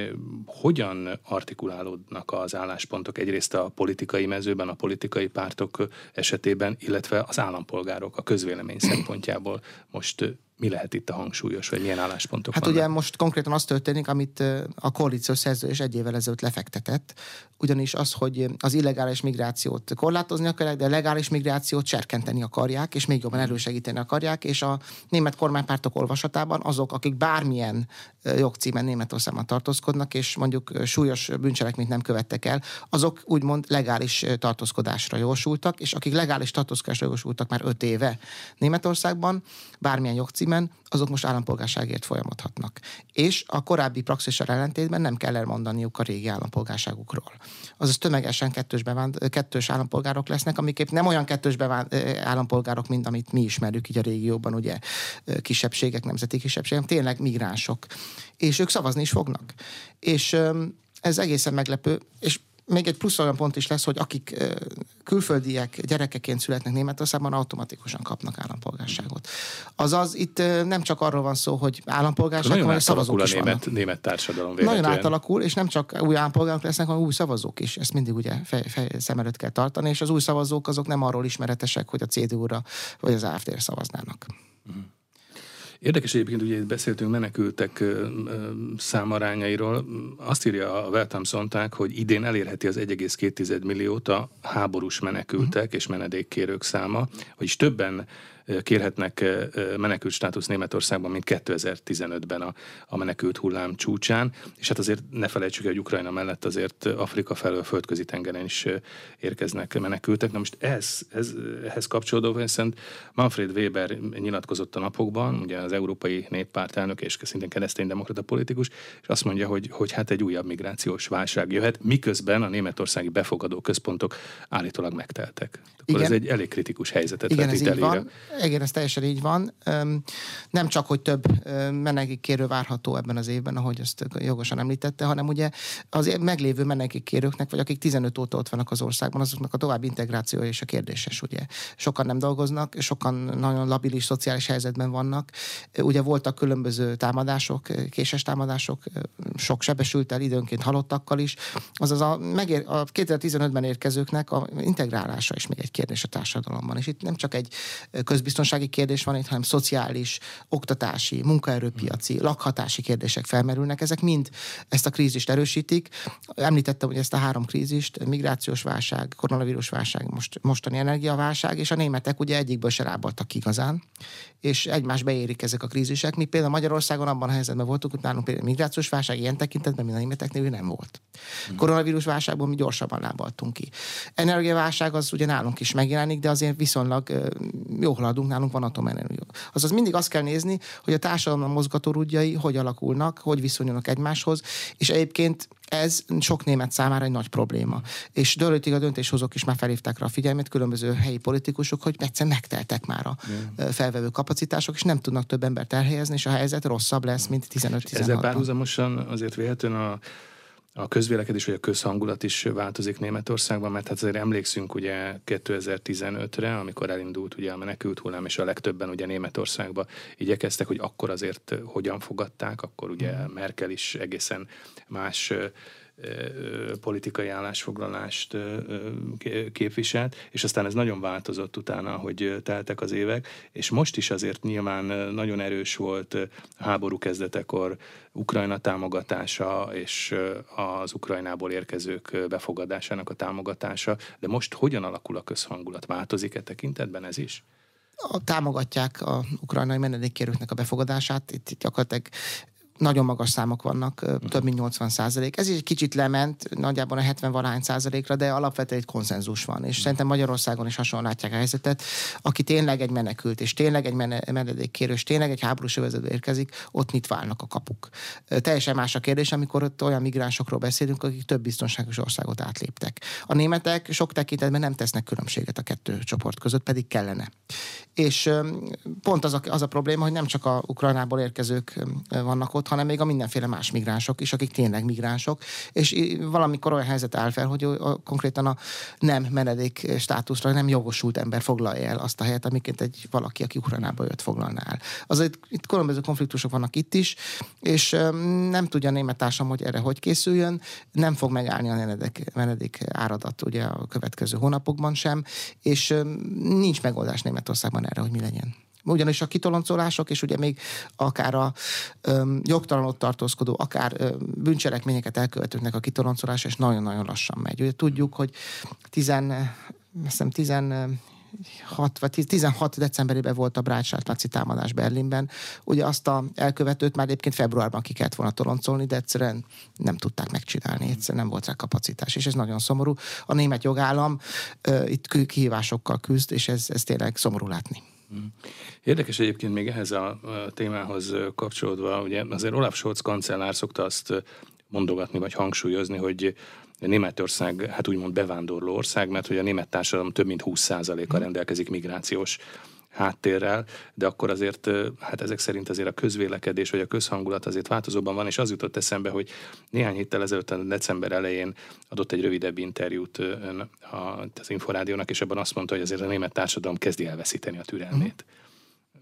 Hogyan artikulálódnak az álláspontok egyrészt a politikai mezőben, a politikai pártok esetében, illetve az állampolgárok a közvélemény szempontjából most mi lehet itt a hangsúlyos, vagy milyen álláspontok vannak? Ugye most konkrétan az történik, amit a koalíciós szerződés egy évvel ezelőtt lefektetett, ugyanis az, hogy az illegális migrációt korlátozni akarják, de a legális migrációt serkenteni akarják, és még jobban elősegíteni akarják, és a német kormánypártok olvasatában azok, akik bármilyen jogcímen Németországban tartózkodnak, és mondjuk súlyos bűncselekményt nem követtek el, azok úgymond legális tartózkodásra jogosultak, és akik legális tartózkodásra jogosultak már 5 éve Németországban, bármilyen jogcímen, azok most állampolgárságért folyamodhatnak. És a korábbi praxissal ellentétben nem kell elmondaniuk a régi állampolgárságukról. Azaz tömegesen kettős állampolgárok lesznek, amiképp nem olyan kettős állampolgárok, mint amit mi ismerjük így a régióban, ugye kisebbségek, nemzeti kisebbségek, tényleg migránsok. És ők szavazni is fognak. És ez egészen meglepő, és még egy plusz olyan pont is lesz, hogy akik külföldiek gyerekeként születnek Németországban, automatikusan kapnak állampolgárságot. Azaz itt nem csak arról van szó, hogy állampolgárság, hanem szavazók is vannak. Német társadalom véletlenül. Nagyon átalakul, és nem csak új állampolgárok lesznek, hanem új szavazók is. Ezt mindig ugye szem előtt kell tartani, és az új szavazók azok nem arról ismeretesek, hogy a CDU-ra vagy az AfD-re szavaznának. Érdekes egyébként, ugye beszéltünk menekültek számarányairól. Azt írja a Welt am Sonntag, hogy idén elérheti az 1,2 milliót a háborús menekültek és menedékkérők száma, vagyis többen kérhetnek menekült státusz Németországban, mint 2015-ben a menekült hullám csúcsán, és hát azért ne felejtsük, hogy Ukrajna mellett azért Afrika felől földközi tengeren is érkeznek menekültek. Na most ehhez kapcsolódóan viszont Manfred Weber nyilatkozott a napokban, ugye az Európai Néppárt elnöke és szintén kereszténydemokrata politikus, és azt mondja, hogy hát egy újabb migrációs válság jöhet, miközben a németországi befogadó központok állítólag megteltek. Akkor ez egy elég kritikus helyzetet vetít előre. Igen, ez teljesen így van. Nem csak, hogy több menedékkérő várható ebben az évben, ahogy ezt jogosan említette, hanem ugye az meglévő menedékkérőknek, vagy akik 15 óta ott vannak az országban, azoknak a további integrációja is a kérdéses, ugye. Sokan nem dolgoznak, sokan nagyon labilis szociális helyzetben vannak. Ugye voltak különböző támadások, késes támadások, sok sebesülttel, időnként halottakkal is. Azaz a 2015-ben érkezőknek a integrálása is még egy kérdés a társadalomban. És itt nem csak egy közbiztonsági kérdés van itt, hanem szociális, oktatási, munkaerőpiaci, lakhatási kérdések felmerülnek. Ezek mind ezt a krízist erősítik. Említettem, hogy ezt a 3 krízist, migrációs válság, koronavírus válság, mostani energiaválság, és a németek ugye egyikből se lábaltak igazán, és egymás beérik ezek a krízisek. Mi például Magyarországon abban a helyzetben voltunk, hogy nálunk például migrációs válság ilyen tekintetben, mint a németeknél nem volt. Koronavírus válságból mi gyorsabban lábaltunk ki. Energiaválság az ugye nálunk is megjelenik, de azért viszonylag jól haladunk, nálunk van atomenergia. Azaz mindig azt kell nézni, hogy a társadalom mozgatórugdjai hogy alakulnak, hogy viszonyulnak egymáshoz, és egyébként ez sok német számára egy nagy probléma. És dőlőtig a döntéshozók is már felhívták rá a figyelmet, különböző helyi politikusok, hogy egyszerűen megteltek már a felvevő kapacitások, és nem tudnak több embert elhelyezni, és a helyzet rosszabb lesz, mint 15-16-ban. Ezzel párhuzamosan azért véletlenül a közvélekedés vagy a közhangulat is változik Németországban, mert hát azért emlékszünk ugye 2015-re, amikor elindult ugye a menekült hullám, és a legtöbben ugye Németországba igyekeztek, hogy akkor azért hogyan fogadták, akkor ugye Merkel is egészen más politikai állásfoglalást képviselt, és aztán ez nagyon változott utána, hogy teltek az évek, és most is azért nyilván nagyon erős volt a háború kezdetekor Ukrajna támogatása, és az Ukrajnából érkezők befogadásának a támogatása, de most hogyan alakul a közhangulat? Változik-e tekintetben ez is? Támogatják az ukrajnai menedékkérőknek a befogadását, itt gyakorlatilag nagyon magas számok vannak, több mint 80%. Ez is egy kicsit lement, nagyjából a 70-valahány%-ra, de alapvetően egy konszenzus van. És szerintem Magyarországon is hasonlóan látják a helyzetet. Aki tényleg egy menekült, és tényleg egy menedékkérő, és tényleg egy háborús övezetbe érkezik, ott nyitva állnak a kapuk. Teljesen más a kérdés, amikor ott olyan migránsokról beszélünk, akik több biztonságos országot átléptek. A németek sok tekintetben nem tesznek különbséget a 2 csoport között, pedig kellene. És pont az a probléma, hogy nem csak a Ukrajnából érkezők vannak ott, hanem még a mindenféle más migránsok is, akik tényleg migránsok, és valamikor olyan helyzet áll fel, hogy konkrétan a nem menedék státuszra nem jogosult ember foglalja el azt a helyet, amiket egy valaki, aki Ukrajnából jött, foglalná el. Azért itt különböző konfliktusok vannak itt is, és nem tudja a német társam, hogy erre hogy készüljön, nem fog megállni a menedék áradat ugye a következő hónapokban sem, és nincs megoldás Németországban erre, hogy mi legyen. Ugyanis a kitoloncolások, és ugye még akár a jogtalan ott tartózkodó, akár bűncselekményeket elkövetőknek a kitoloncolása, és nagyon-nagyon lassan megy. Ugye tudjuk, hogy 16 decemberében volt a Breitscheidplatzi támadás Berlinben. Ugye azt a elkövetőt már egyébként februárban ki kellett volna toloncolni, de egyszerűen nem tudták megcsinálni, egyszerűen nem volt rá kapacitás, és ez nagyon szomorú. A német jogállam itt kihívásokkal küzd, és ez tényleg szomorú látni. Érdekes egyébként még ehhez a témához kapcsolódva, ugye azért Olaf Scholz kancellár szokta azt mondogatni, vagy hangsúlyozni, hogy Németország, hát úgymond bevándorló ország, mert hogy a német társadalom több mint 20%-a rendelkezik migrációs háttérrel, de akkor azért, hát ezek szerint azért a közvélekedés vagy a közhangulat azért változóban van, és az jutott eszembe, hogy néhány héttel ezelőtt a december elején adott egy rövidebb interjút az Inforádiónak, és abban azt mondta, hogy azért a német társadalom kezdi elveszíteni a türelmét.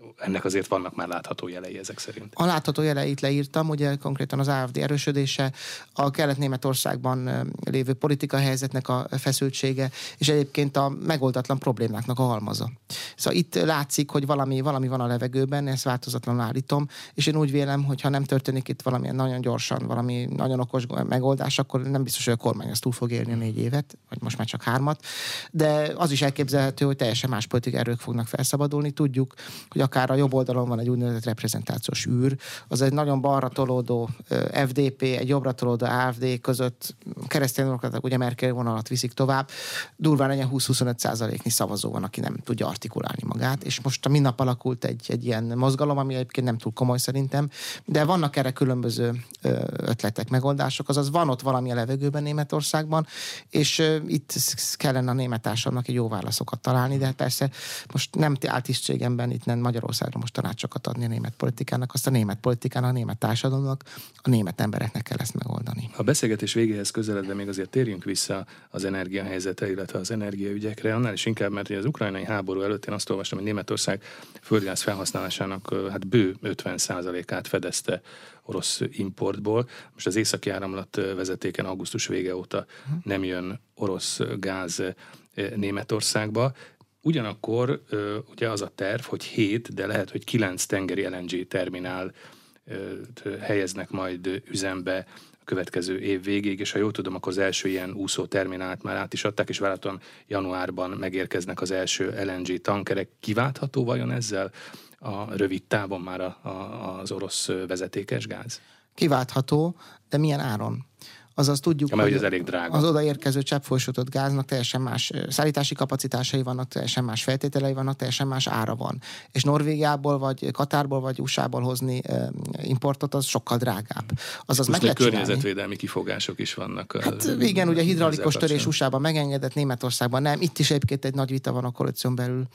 ennek azért vannak már látható jelei ezek szerint. A látható jeleit leírtam, ugye konkrétan az AfD erősödése, a Kelet-Németországban lévő politikai helyzetnek a feszültsége, és egyébként a megoldatlan problémáknak a halmaza. Szóval itt látszik, hogy valami van a levegőben, ezt változatlanul állítom, és én úgy vélem, hogy ha nem történik itt valamilyen nagyon gyorsan, valami nagyon okos megoldás, akkor nem biztos, hogy a kormány ezt túl fog élni a 4 évet, vagy most már csak 3, de az is elképzelhető, hogy teljesen más politikai erők fognak felszabadulni. Tudjuk, hogy akár a jobb oldalon van egy úgynevezett reprezentációs űr, az egy nagyon balra tolódó FDP, egy jobbra tolódó AfD között kereszténydemokraták ugye Merkel vonalat viszik tovább, durván legyen 20-25%-nyi szavazó van, aki nem tudja artikulálni magát, és most a minap alakult egy ilyen mozgalom, ami egyébként nem túl komoly szerintem, de vannak erre különböző ötletek, megoldások, azaz van ott valami a levegőben Németországban, és itt kellene a német társadalomnak egy jó válaszokat találni, de persze most nem áll tisztségemben itt nem Magyarországra most tanácsokat adni a német politikának, azt a német politikának, a német társadalomnak, a német embereknek kell ezt megoldani. A beszélgetés végéhez közeledve még azért térjünk vissza az energiahelyzetre, illetve az energiaügyekre, annál is inkább, mert az ukrajnai háború előtt én azt olvastam, hogy Németország földgáz felhasználásának hát bő 50%-át fedezte orosz importból. Most az északi áramlat vezetéken augusztus vége óta nem jön orosz gáz Németországba. Ugyanakkor ugye az a terv, hogy 7, de lehet, hogy 9 tengeri LNG terminál helyeznek majd üzembe a következő év végéig, és ha jól tudom, akkor az első ilyen úszó terminált már át is adták, és várhatóan januárban megérkeznek az első LNG tankerek. Kiváltható vajon ezzel a rövid távon már az orosz vezetékes gáz? Kiváltható, de milyen áron? Azaz tudjuk, hogy ez elég drága. Az odaérkező cseppfolyósított gáznak teljesen más szállítási kapacitásai vannak, teljesen más feltételei vannak, teljesen más ára van. És Norvégiából, vagy Katárból, vagy USA-ból hozni importot, az sokkal drágább. Azaz most meg környezetvédelmi kifogások is vannak. Hát igen, ugye hidraulikus törés USA-ban megengedett, Németországban nem. Itt is egyébként egy nagy vita van a koalíción belül.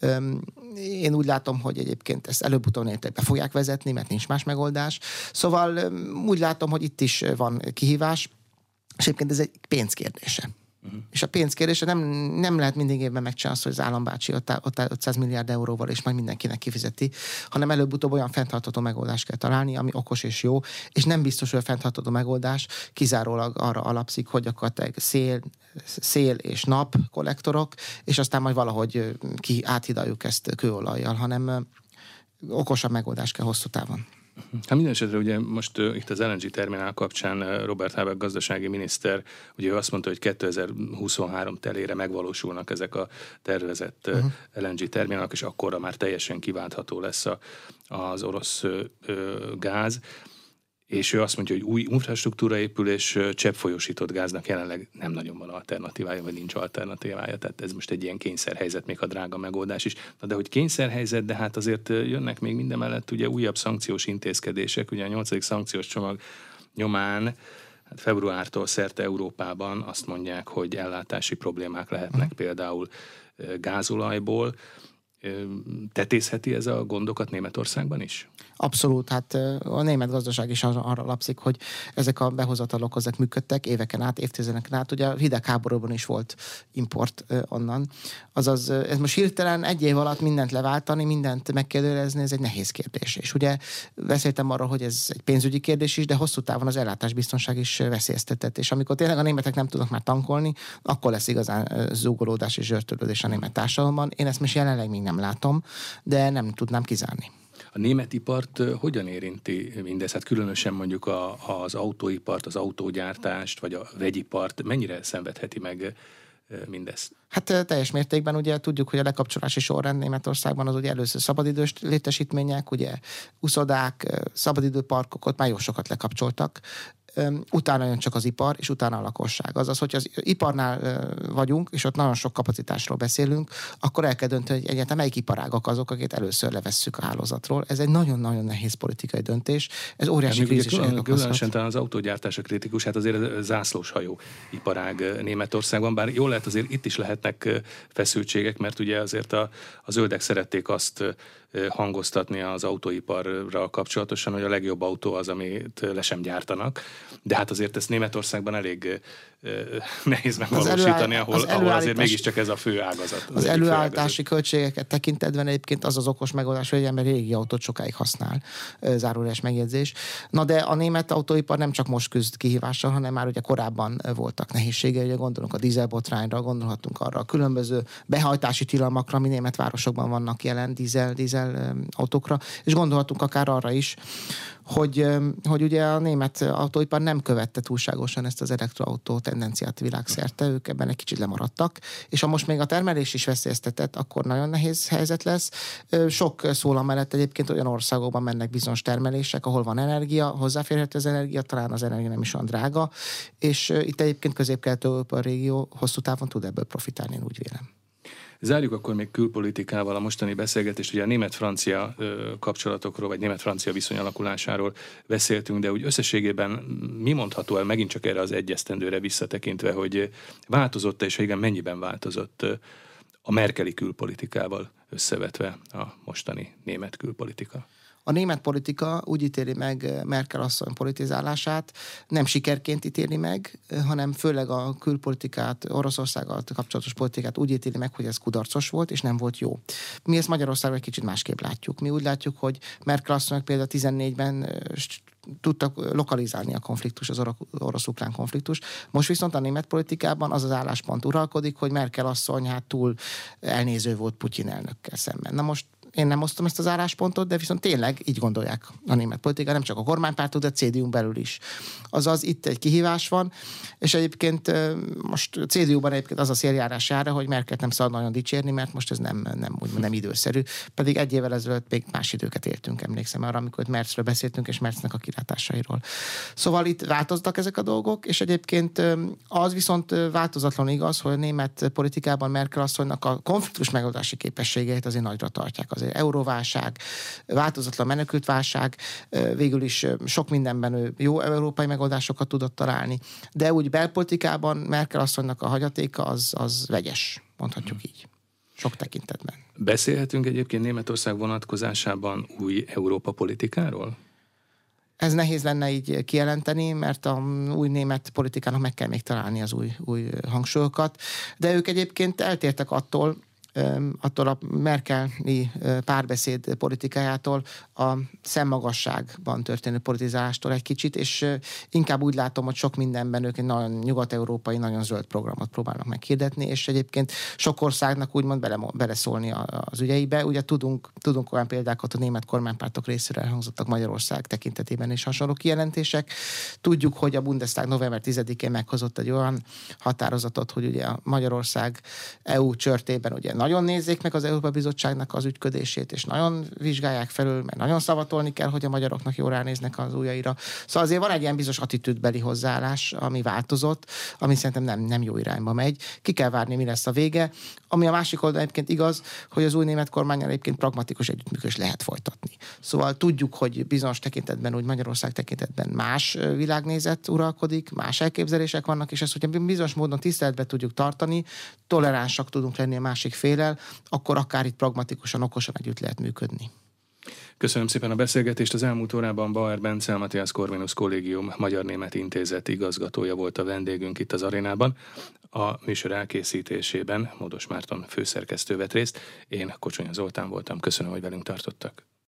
Én úgy látom, hogy egyébként ezt előbb-utóbb be fogják vezetni, mert nincs más megoldás. Szóval úgy látom, hogy itt is van kihívás, és egyébként ez egy pénzkérdése. És a pénzkérdése nem lehet mindig évben megcsinálni azt, hogy az állambácsi ott 500 milliárd euróval, és majd mindenkinek kifizeti, hanem előbb-utóbb olyan fenntartható megoldást kell találni, ami okos és jó, és nem biztos, hogy a fenntartható megoldás kizárólag arra alapszik, hogy gyakorlatilag szél és nap kollektorok, és aztán majd valahogy áthidaljuk ezt kőolajjal, hanem okosabb megoldás kell hosszú távon. Hát minden esetre ugye most itt az LNG terminál kapcsán Robert Habeck gazdasági miniszter, ugye ő azt mondta, hogy 2023 telére megvalósulnak ezek a tervezett LNG terminálok, és akkorra már teljesen kiváltható lesz az orosz gáz. És ő azt mondja, hogy új infrastruktúra épül, és cseppfolyósított gáznak jelenleg nem nagyon van alternatívája, vagy nincs alternatívája. Tehát ez most egy ilyen kényszerhelyzet, még a drága megoldás is. Na de hogy kényszerhelyzet, de hát azért jönnek még mindemellett ugye újabb szankciós intézkedések. Ugye a 8. szankciós csomag nyomán hát februártól szerte Európában azt mondják, hogy ellátási problémák lehetnek például gázolajból. Tetézheti ez a gondokat Németországban is? Abszolút, hát a német gazdaság is arra alapszik, hogy ezek a behozatalok ezek működtek éveken át, évtizedeken át. Ugye a hidegháborúban is volt import onnan. Azaz, ez most hirtelen egy év alatt mindent leváltani, mindent megkérdőjelezni, ez egy nehéz kérdés. És ugye beszéltem arról, hogy ez egy pénzügyi kérdés is, de hosszú távon az ellátásbiztonság is veszélyeztetett. És amikor tényleg a németek nem tudnak már tankolni, akkor lesz igazán zúgolódás és zsörtölődés a német társadalomban. Én ezt most jelenleg még nem látom, de nem tudnám kizárni. A német ipart hogyan érinti mindez? Hát különösen mondjuk az autóipart, az autógyártást, vagy a vegyipart, mennyire szenvedheti meg mindezt? Hát teljes mértékben ugye tudjuk, hogy a lekapcsolási sorrend Németországban az ugye először szabadidős létesítmények, ugye uszodák, szabadidőparkok, ott már jó sokat lekapcsoltak. Utána jön csak az ipar, és utána a lakosság. Azaz, hogy az iparnál vagyunk, és ott nagyon sok kapacitásról beszélünk, akkor el kell dönteni, hogy egyáltalán melyik iparágak azok, akiket először levesszük a hálózatról. Ez egy nagyon-nagyon nehéz politikai döntés. Ez óriási krízis. Különösen talán az autógyártás a kritikus, hát azért zászlóshajó iparág Németországban, bár jól lehet, azért itt is lehetnek feszültségek, mert ugye azért a zöldek szerették azt hangoztatni az autóiparral kapcsolatosan, hogy a legjobb autó az, amit le sem gyártanak. De hát azért ezt Németországban elég nehéz megvalósítani, ahol azért mégiscsak ez a fő ágazat. Az előállítási költségeket tekintetben egyébként az okos megoldás, hogy egy ember régi autót sokáig használ, zárójeles megjegyzés. Na de a német autóipar nem csak most küzd kihívással, hanem már ugye korábban voltak nehézségei, ugye gondolunk a dízelbotrányra, gondolhatunk arra a különböző behajtási tilalmakra, ami német városokban vannak jelen dízel autókra, és gondolhatunk akár arra is, hogy ugye a német autóipar nem követte túlságosan ezt az elektroautó tendenciát világszerte, ők ebben egy kicsit lemaradtak, és ha most még a termelés is veszélyeztetett, akkor nagyon nehéz helyzet lesz. Sok szól mellett egyébként olyan országokban mennek bizonyos termelések, ahol van energia, hozzáférhető az energia, talán az energia nem is olyan drága, és itt egyébként Közép-Kelet-Európa régió hosszú távon tud ebből profitálni, én úgy vélem. Zárjuk akkor még külpolitikával a mostani beszélgetést. Ugye a német-francia kapcsolatokról, vagy német-francia viszony alakulásáról beszéltünk, de úgy összességében mi mondható el megint csak erre az egy esztendőre visszatekintve, hogy változott-e, és ha igen, mennyiben változott a merkeli külpolitikával összevetve a mostani német külpolitika? A német politika úgy ítéli meg Merkel asszony politizálását, nem sikerként ítéli meg, hanem főleg a külpolitikát, Oroszországgal kapcsolatos politikát úgy ítéli meg, hogy ez kudarcos volt, és nem volt jó. Mi ezt Magyarországon egy kicsit másképp látjuk. Mi úgy látjuk, hogy Merkel asszonynak például 14-ben tudtak lokalizálni a konfliktus, az orosz-ukrán konfliktus. Most viszont a német politikában az az álláspont uralkodik, hogy Merkel asszony túl elnéző volt Putyin elnökkel szemben. Na most én nem osztom ezt az álláspontot, de viszont tényleg így gondolják a német politika, nem csak a kormánypártok, de a CDU-n belül is. Azaz itt egy kihívás van, és egyébként most a CDU-ban egyébként az a széljárás jár, hogy Merkelt nem szabad nagyon dicsérni, mert most ez nem időszerű. Pedig egy évvel ezelőtt még más időket éltünk, emlékszem arra, amikor Merzről beszéltünk, és Merznek a kilátásairól. Szóval itt változtak ezek a dolgok, és egyébként az viszont változatlan igaz, hogy a német politikában Merkel asszonynak a konfliktus megoldási képességeit azért nagyra tartják. Azért euróválság, változatlan menekültválság, végül is sok mindenben ő jó európai megoldásokat tudott találni, de úgy belpolitikában Merkel asszonynak a hagyatéka az vegyes, mondhatjuk így. Sok tekintetben. Beszélhetünk egyébként Németország vonatkozásában új Európa politikáról? Ez nehéz lenne így kijelenteni, mert a új német politikának meg kell még találni az új hangsúlyokat, de ők egyébként eltértek attól a merkeli párbeszéd politikájától, a szemmagasságban történő politizálástól egy kicsit, és inkább úgy látom, hogy sok mindenben ők egy nagyon nyugat-európai, nagyon zöld programot próbálnak meghirdetni, és egyébként sok országnak úgymond beleszólni az ügyeibe. Ugye tudunk olyan példákat, a német kormánypártok részéről elhangzottak Magyarország tekintetében és hasonló kijelentések. Tudjuk, hogy a Bundestag november 10-én meghozott egy olyan határozatot, hogy ugye a Magyarország EU csörtében ugye nagyon nézzék meg az Európai Bizottságnak az ügyködését, és nagyon vizsgálják felül, mert nagyon szavatolni kell, hogy a magyaroknak jól ránéznek az ujjaira. Szóval azért van egy ilyen bizonyos attitűdbeli hozzáállás, ami változott, ami szerintem nem jó irányba megy. Ki kell várni, mi lesz a vége. Ami a másik oldalon egyébként igaz, hogy az új német kormánnyal egyébként pragmatikus együttműködést lehet folytatni. Szóval tudjuk, hogy bizonyos tekintetben, úgy Magyarország tekintetben más világnézet uralkodik, más elképzelések vannak, és ezt, hogyha bizonyos módon tiszteletbe tudjuk tartani, toleránsak tudunk lenni a másik félel, akkor akár itt pragmatikusan, okosan együtt lehet működni. Köszönöm szépen a beszélgetést. Az elmúlt órában Bauer Bence, Matthias Corvinus Kollégium Magyar-Német Intézet igazgatója volt a vendégünk itt az arénában. A műsor elkészítésében Módos Márton főszerkesztő vett részt. Én Kocsonya Zoltán voltam. Köszönöm, hogy velünk tartottak.